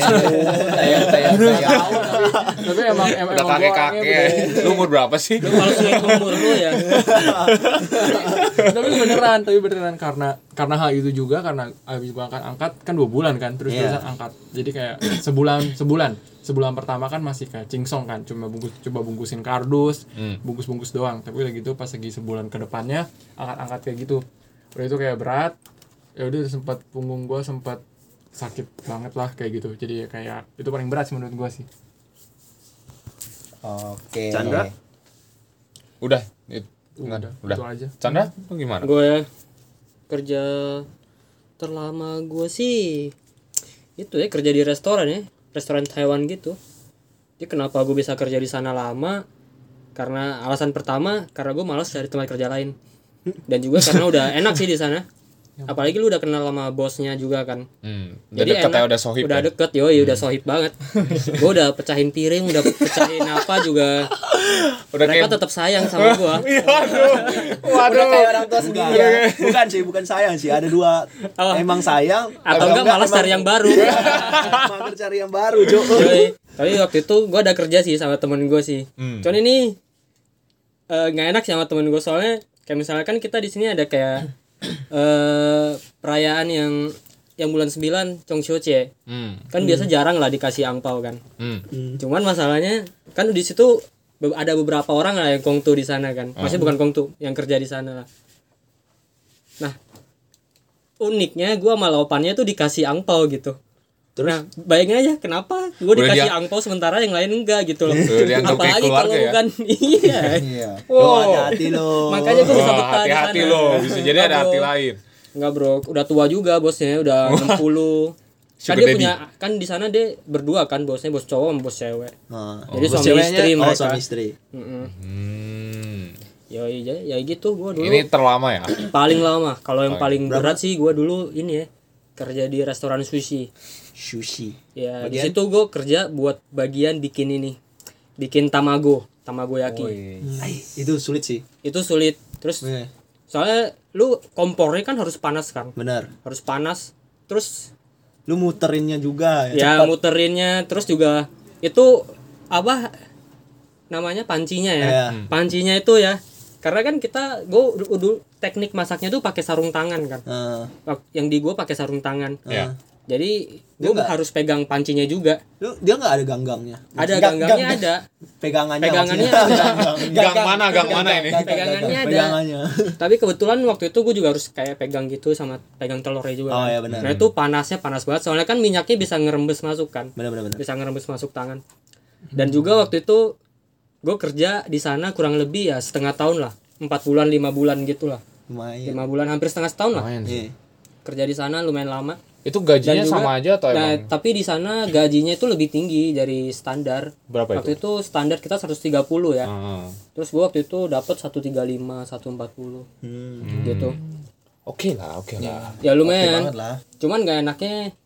tapi emang Udah kakek-kakek. Lu umur berapa sih? Lu kalau sulit umur lu ya. tapi beneran karena hal itu juga, karena habis gua angkat kan 2 bulan kan, terus-terusan angkat. Jadi kayak sebulan pertama kan masih kayak cingsong kan, coba bungkusin kardus, bungkus doang. Tapi udah gitu pas lagi sebulan ke depannya angkat kayak gitu, udah itu kayak berat. Ya udah sempat punggung gua sempat sakit banget lah kayak gitu. Jadi kayak itu paling berat sih menurut gua sih. Oke. Chandra? Udah. Itu aja. Chandra, lu gimana? Gue kerja terlama gue sih itu ya, kerja di restoran Taiwan gitu. Jadi kenapa gue bisa kerja di sana lama? Karena alasan pertama karena gue malas cari tempat kerja lain, dan juga karena udah enak sih di sana. Apalagi lu udah kenal sama bosnya juga kan. Jadi deket ya, udah sohib. Udah deket, udah sohib banget. Gue udah pecahin piring, udah pecahin apa juga. Mereka tetap sayang sama gue. Udah kayak orang tua sendiri ya. Bukan sayang sih. Ada 2 emang sayang atau enggak malas cari yang baru. Mager cari yang baru, Jo. Tapi waktu itu gue ada kerja sih sama temen gue sih. Cuman ini nggak enak sih sama temen gue, soalnya kayak misalnya kan kita di sini ada kayak perayaan yang bulan 9 Chongshouche. Kan biasa jarang lah dikasih angpau kan. Cuman masalahnya kan di situ ada beberapa orang lah yang kongtu di sana kan. Maksudnya bukan kongtu, yang kerja di sana lah. Nah, uniknya gua sama laupannya tuh dikasih angpau gitu. Terus? Nah, bayangin aja kenapa gue dikasih angpau sementara yang lain enggak gitu loh. Apalagi kalau bukan iya. Wow. Hati-hati lo. Makanya gue bisa betah di sana. Hati-hati lo, bisa jadi ada hati lain. Enggak bro, udah tua juga bosnya, udah 60. Kan dia punya, kan di sana dia berdua kan, bosnya bos cowok sama bos cewek. Jadi suami istri mereka. Suami istri. Ya gitu gue dulu. Ini terlama ya? Paling lama. Kalau yang paling berat sih gue dulu ini ya, kerja di restoran sushi. Ya, di situ gue kerja buat bagian bikin tamagoyaki. Itu sulit sih. Itu sulit. Terus soalnya lu kompornya kan harus panas kan. Benar. Harus panas. Terus lu muterinnya juga ya muterinnya, terus juga itu apa namanya, pancinya ya. Pancinya itu ya. Karena kan gue teknik masaknya tuh pakai sarung tangan kan. Yang di gue pakai sarung tangan. Jadi gue harus pegang pancinya juga. Dia nggak ada ganggangnya. Ada ganggangnya ada. Pegangannya ada. Gang mana ini? Pegangannya ada. Tapi kebetulan waktu itu gue juga harus kayak pegang gitu, sama pegang telurnya juga. Oh, ya benar. Nah itu panasnya panas banget. Soalnya kan minyaknya bisa ngerembes masuk kan. Benar. Bisa ngerembes masuk tangan. Dan juga waktu itu gue kerja di sana kurang lebih ya setengah tahun lah. 4 bulan 5 bulan gitulah. 5 bulan hampir setengah tahun lah. Kerja di sana lumayan lama. Itu gajinya juga, sama aja atau emang? Tapi di sana gajinya itu lebih tinggi dari standar. Berapa itu? Waktu itu standar kita 130 ya. Terus gua waktu itu dapat 135, 140. Gitu. Oke lah. Ya lumayan. Lah. Cuman gak enaknya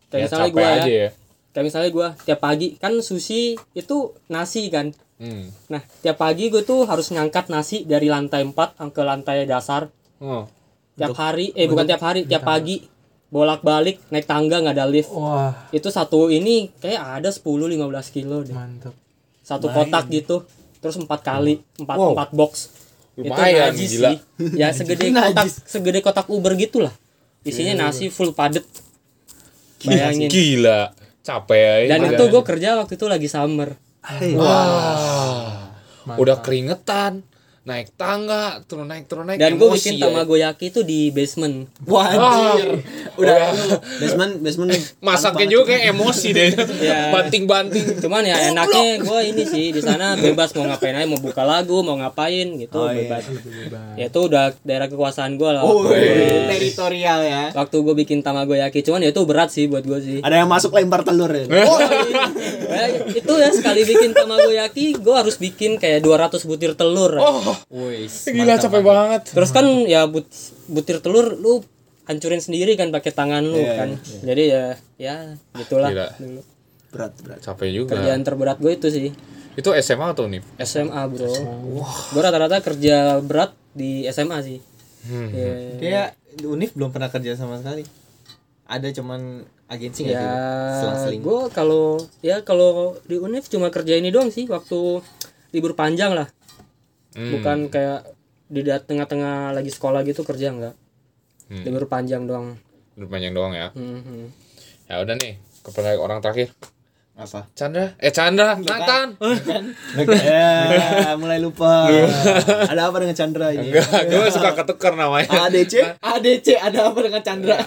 Kayak Ya, misalnya capek gue aja ya. Kayak misalnya gue tiap pagi kan sushi itu nasi kan. Nah, tiap pagi gue tuh harus ngangkat nasi dari lantai 4 ke lantai dasar. Oh. Tiap hari, bukan tiap hari, tiap pagi bolak-balik naik tangga nggak ada lift. Wah, Itu satu ini kayak ada 10-15 kilo deh. mantap. Satu kotak gitu. Terus 4 kali, 4 box. Lumayan, itu najis gila. sih. Ya segede kotak Uber gitulah. Isinya nasi full padet. Bayangin. Gila, capek aja. Dan itu gue kerja waktu itu lagi summer. Wah. Udah keringetan, naik tangga, turun naik. Dan gue emosi bikin ya. tamagoyaki itu di basement. Wah, anjir. Udah basement Masaknya juga kayak emosi deh. Ya. Banting-banting. Cuman ya enaknya gue ini sih di sana bebas mau ngapain aja, mau buka lagu, mau ngapain gitu, bebas. Ya itu udah daerah kekuasaan gue lah. Teritorial ya. Waktu gue bikin tamagoyaki, cuman ya itu berat sih buat gue sih. Ada yang masuk lempar telur ya. Itu ya sekali bikin tamagoyaki, gue harus bikin kayak 200 butir telur. Gila capek banget. Terus kan ya butir telur lu hancurin sendiri kan pakai tangan lu kan. Jadi ya gitulah. Gila. Dulu. Berat. Capek juga. Kerjaan terberat gue itu sih. Itu SMA atau nih? SMA bro. Gue rata-rata kerja berat di SMA sih. Ya, Dia di Unif belum pernah kerja sama sekali. Ada cuman agensi nggak ya selang-seling. gue kalau di Unif cuma kerja ini doang sih waktu libur panjang lah. Bukan kayak di tengah-tengah lagi sekolah gitu kerja enggak. Libur panjang doang. Udah panjang doang ya. Mhm. Ya udah nih, kepada orang terakhir. Apa? Chandra, Nathan. Ya, mulai lupa. Ada apa dengan Chandra ini? Enggak, gue suka ketukar namanya. ADC? ADC ada apa dengan Chandra?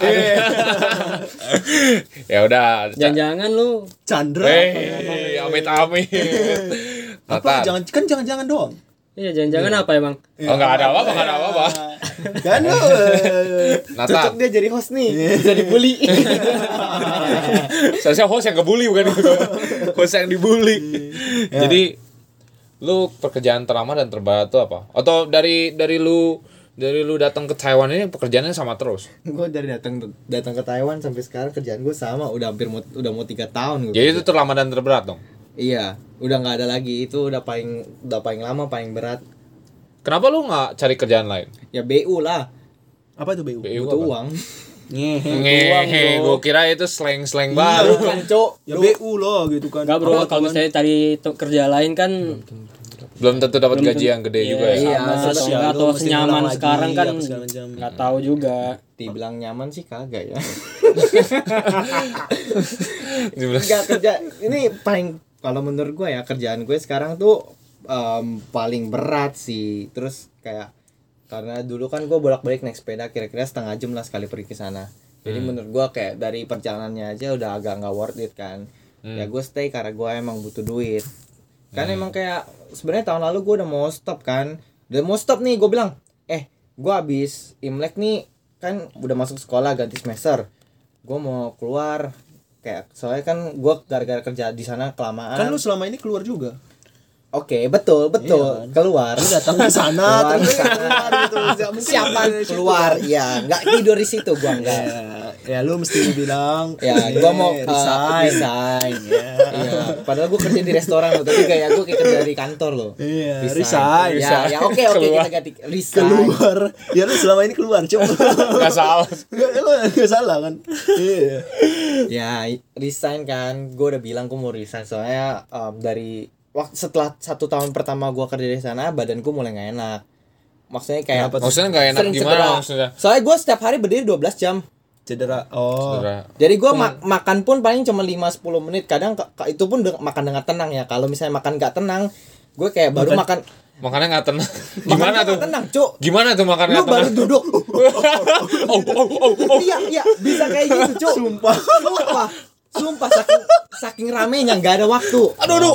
Ya udah. Jangan-jangan lu Chandra. Amit-amit. Apa? Nathan. Jangan doang. iya jangan-jangan apa emang? Oh, enggak ada apa-apa. Kan lu. Nathan. Cocok dia jadi host nih. Bisa dibully. Saya host yang ngebully bukan itu. Host yang dibully. Jadi lu pekerjaan terlama dan terberat tuh apa? Atau dari lu datang ke Taiwan ini pekerjaannya sama terus? Gue dari datang ke Taiwan sampai sekarang kerjaan gue sama, udah mau 3 tahun gue. Jadi itu terlama dan terberat dong. Iya, udah nggak ada lagi, itu udah paling lama, paling berat. Kenapa lu nggak cari kerjaan lain? Ya BU lah, Apa itu BU? BU butuh apa? uang. Ngehe, gue kira itu slang baru. Kan cok, Ya BU loh gitu kan. Enggak bro, kalau misalnya cari kerja lain kan Belum tentu dapat gaji yang gede juga ya. Iya, atau senyaman sekarang kan nggak nggak tahu juga. dibilang nyaman sih kagak ya. Dibilang- Enggak kerja, ini paling, kalau menurut gue ya kerjaan gue sekarang tuh paling berat sih. Terus kayak karena dulu kan gue bolak-balik naik sepeda kira-kira setengah jam lah sekali pergi ke sana. Jadi menurut gue kayak dari perjalanannya aja udah agak nggak worth it kan. Ya gue stay karena gue emang butuh duit. Kan emang kayak sebenarnya tahun lalu gue udah mau stop kan. Udah mau stop nih, gue bilang, gue habis Imlek nih kan udah masuk sekolah ganti semester. Gue mau keluar kayak soalnya kan gue gara-gara kerja di sana kelamaan. Kan lu selama ini keluar juga. Oke, betul. Iya, kan? Keluar. Lu datang ke sana Keluar terus ke sana. keluar gitu. Nggak mungkin Siapa dari situ, keluar? kan? Ya, nggak tidur di situ gua enggak. Ya, lu mesti bilang. Ya, gua mau resign. Iya. Padahal gua kerja di restoran loh, tapi kayak gua kayak kerja di kantor loh. Iya, resign. Ya, oke kita ganti resign. Keluar. Ya lu selama ini keluar, coba. Nggak salah. Enggak salah kan? Iya. Ya, resign kan. Gua udah bilang gua mau resign soalnya dari setelah 1 tahun pertama gua kerja di sana badanku mulai nggak enak. Maksudnya kayak Maksudnya nggak enak sering gimana cedera. maksudnya? Soalnya gua setiap hari berdiri 12 jam. Cedera. Oh. Saudara. Jadi gue makan pun paling cuma 5-10 menit. Kadang itu pun makan dengan tenang ya. Kalau misalnya makan gak tenang, gue kayak baru makan. Makannya nggak tenang. Gimana tuh? Gak tenang, Cuk. Gimana tuh makannya Lu baru tenang? duduk. Oh. Iya, bisa kayak gitu, Cuk. Sumpah saking ramenya nggak ada waktu. Aduh.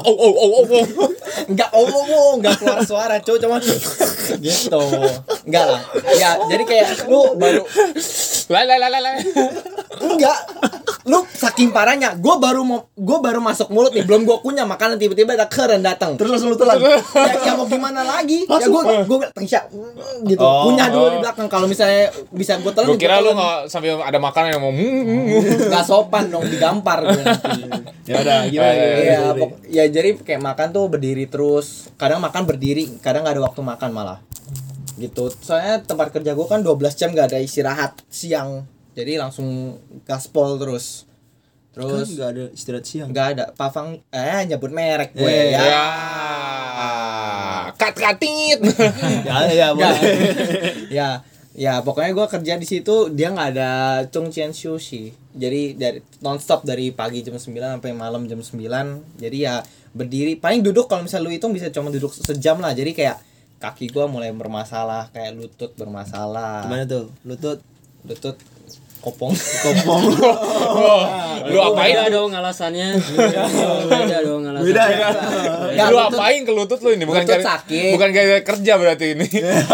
Nggak keluar suara, Cuk. Cuma gitu. Enggak lah. Ya, jadi kayak lu baru Lah. enggak. Lu saking parahnya, gue baru masuk mulut nih, belum gue kunyah makanan, tiba-tiba ada keren datang. Terus langsung lu telan. Ya mau gimana lagi? Ya gue tengsyak gitu. Kunyah dulu di belakang. Kalau misalnya bisa gue telan. Gue kira lu nggak sambil ada makanan yang mau nggak sopan dong, digampar gue nanti. Ya udah, gimana? Ya jadi kayak makan tuh berdiri terus. Kadang makan berdiri, kadang nggak ada waktu makan malah. Gitu. Soalnya tempat kerja gue kan 12 jam nggak ada istirahat siang. Jadi langsung gaspol terus. Kan nggak ada istirahat siang. Nggak ada. Pavang nyebut merek gue ya. Katit. Ya, boleh. Ya pokoknya gue kerja di situ, dia nggak ada Chongqian Sushi. Jadi dari nonstop dari pagi jam 9 sampai malam jam 9. Jadi ya berdiri, paling duduk kalau misalnya lu hitung bisa cuma duduk sejam lah. Jadi kayak kaki gue mulai bermasalah, kayak lutut bermasalah. Gimana tuh? Lutut kopong. Lu apain? Beda dong alasannya. Beda dong alasannya. Beda ya. Ya, Lu apain ke lutut lu ini? lutut sakit. Bukan kayak kerja berarti ini.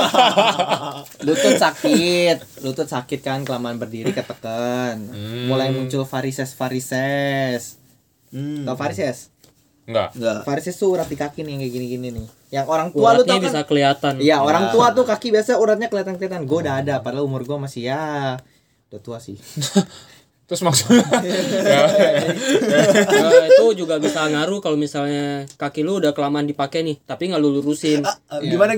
Lutut sakit kan, kelamaan berdiri ketekan. Mulai muncul varises. Tau varises? Enggak. Varises tuh urat di kaki nih, kayak gini-gini nih. Yang orang tua lu Uratnya tau kan? bisa kelihatan. Iya, orang tua tuh kaki biasa uratnya kelihatan. Gue udah ada, padahal umur gue masih udah tua sih. Terus maksudnya Itu juga bisa ngaruh kalau misalnya kaki lu udah kelamaan dipakai nih, tapi nggak lu lurusin. Gimana?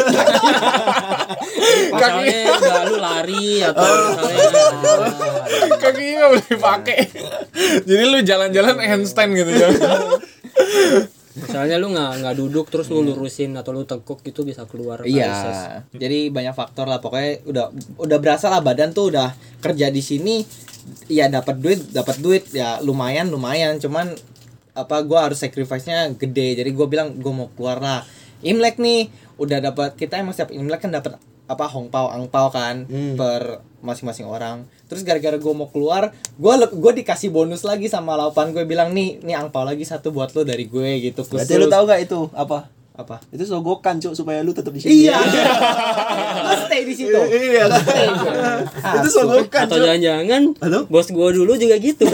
Misalnya udah lu lari atau misalnya kakinya nggak boleh dipakai. Jadi lu jalan-jalan handstand gitu ya. misalnya lu nggak duduk terus lu lurusin atau lu teguk gitu bisa keluar varises. Iya, jadi banyak faktor lah. Pokoknya udah berasa lah badan tuh udah kerja di sini. Ya dapat duit ya lumayan. Cuman gua harus sacrifice-nya gede. Jadi gua bilang gua mau keluar lah. Imlek nih udah dapat, kita emang setiap Imlek kan dapat angpau kan per masing-masing orang. Terus gara-gara gue mau keluar, gue dikasih bonus lagi sama laupan. Gue bilang nih angpau lagi satu buat lo dari gue gitu. Berarti lu tahu gak itu apa? Itu sogokan cuk supaya lu tetap di sini. Iya. Lu stay di situ. Iya. Itu sogokan. Atau jangan-jangan Halo? bos gua dulu juga gitu.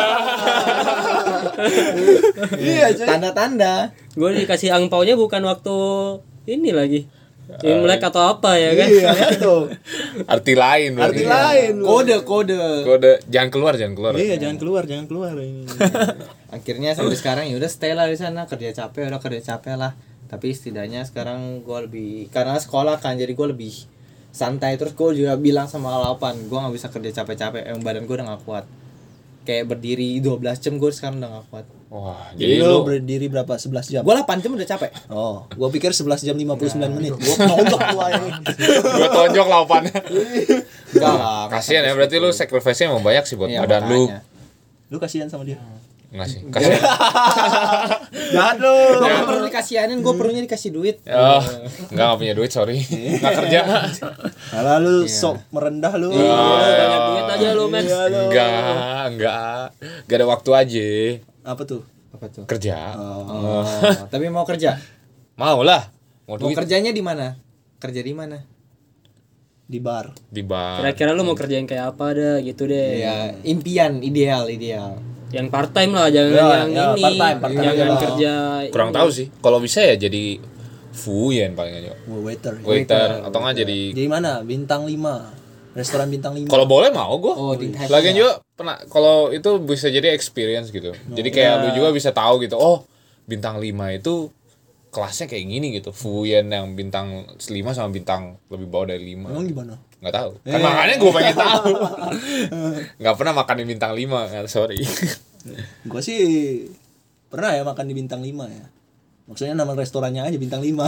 Iya, cuy. Tanda-tanda. Gua dikasih angpaunya bukan waktu ini lagi. Imlek atau apa ya kan? Iya, itu. Arti lain berarti. Kode. Jangan keluar. Iya, jangan keluar ini. Akhirnya sampai sekarang ya udah stay lah di sana, kerja capek lah. Tapi setidaknya sekarang gue lebih, karena sekolah kan jadi gue lebih santai. Terus gue juga bilang sama laupan, gue nggak bisa kerja capek-capek, badan gue udah nggak kuat. Kayak berdiri 12 jam gue sekarang udah gak kuat. Wah, jadi lu berdiri berapa? 11 jam? Gue 8 jam udah capek. Oh, gue pikir 11 jam 59 menit. Gue tonjok ini. Gue tonjok laupannya. Enggak lah. Kasian ya, berarti lu sacrifice-nya emang banyak sih buat badan makanya. Lu kasihan sama dia. Enggak sih. Kasian. Jahat lu. Gue gak perlu dikasihanin, gue perlunya dikasih duit. Oh, enggak punya duit, sorry. Enggak kerja. Alah lu sok merendah lu. Banyak duit aja lu, Max. Enggak. Gak ada waktu aja. Apa tuh? Kerja. Oh, tapi mau kerja? Mau lah. Mau kerjanya di mana? Kerja di mana? Di bar. Kira-kira lu mau kerjain kayak apa dah gitu deh. Ya, impian, ideal. Yang part time lah, jangan yang ini. part-time Jangan aja. kerja. Kurang tahu sih. Kalau bisa ya jadi fuyen paling aja. Waiter atau enggak jadi. Jadi mana? Bintang 5. Restoran bintang 5. Kalau boleh mau gue. Oh, di Thailand. Lagian juga pernah, kalau itu bisa jadi experience gitu. Jadi kayak lu juga bisa tahu gitu. Oh, bintang 5 itu kelasnya kayak gini gitu. Fuyen yang bintang 5 sama bintang lebih bawah dari 5. Emang gimana? Nggak tahu. Kan makanya gue pengen tahu. Nggak pernah makan di bintang 5, sorry. Gue sih pernah ya makan di bintang 5 ya. Maksudnya nama restorannya aja bintang 5.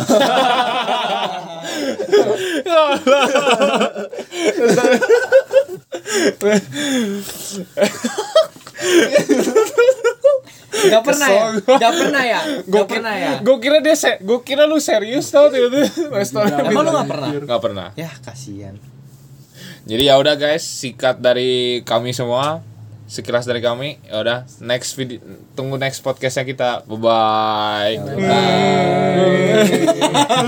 Gak pernah ya. Gue kira lu serius tau tiba-tiba restoran. Emang lu gak pernah? Nggak pernah. Ya, kasihan. Jadi ya udah guys, sikat dari kami semua. Sekilas dari kami. Ya udah, next video, tunggu next podcastnya kita. Bye bye.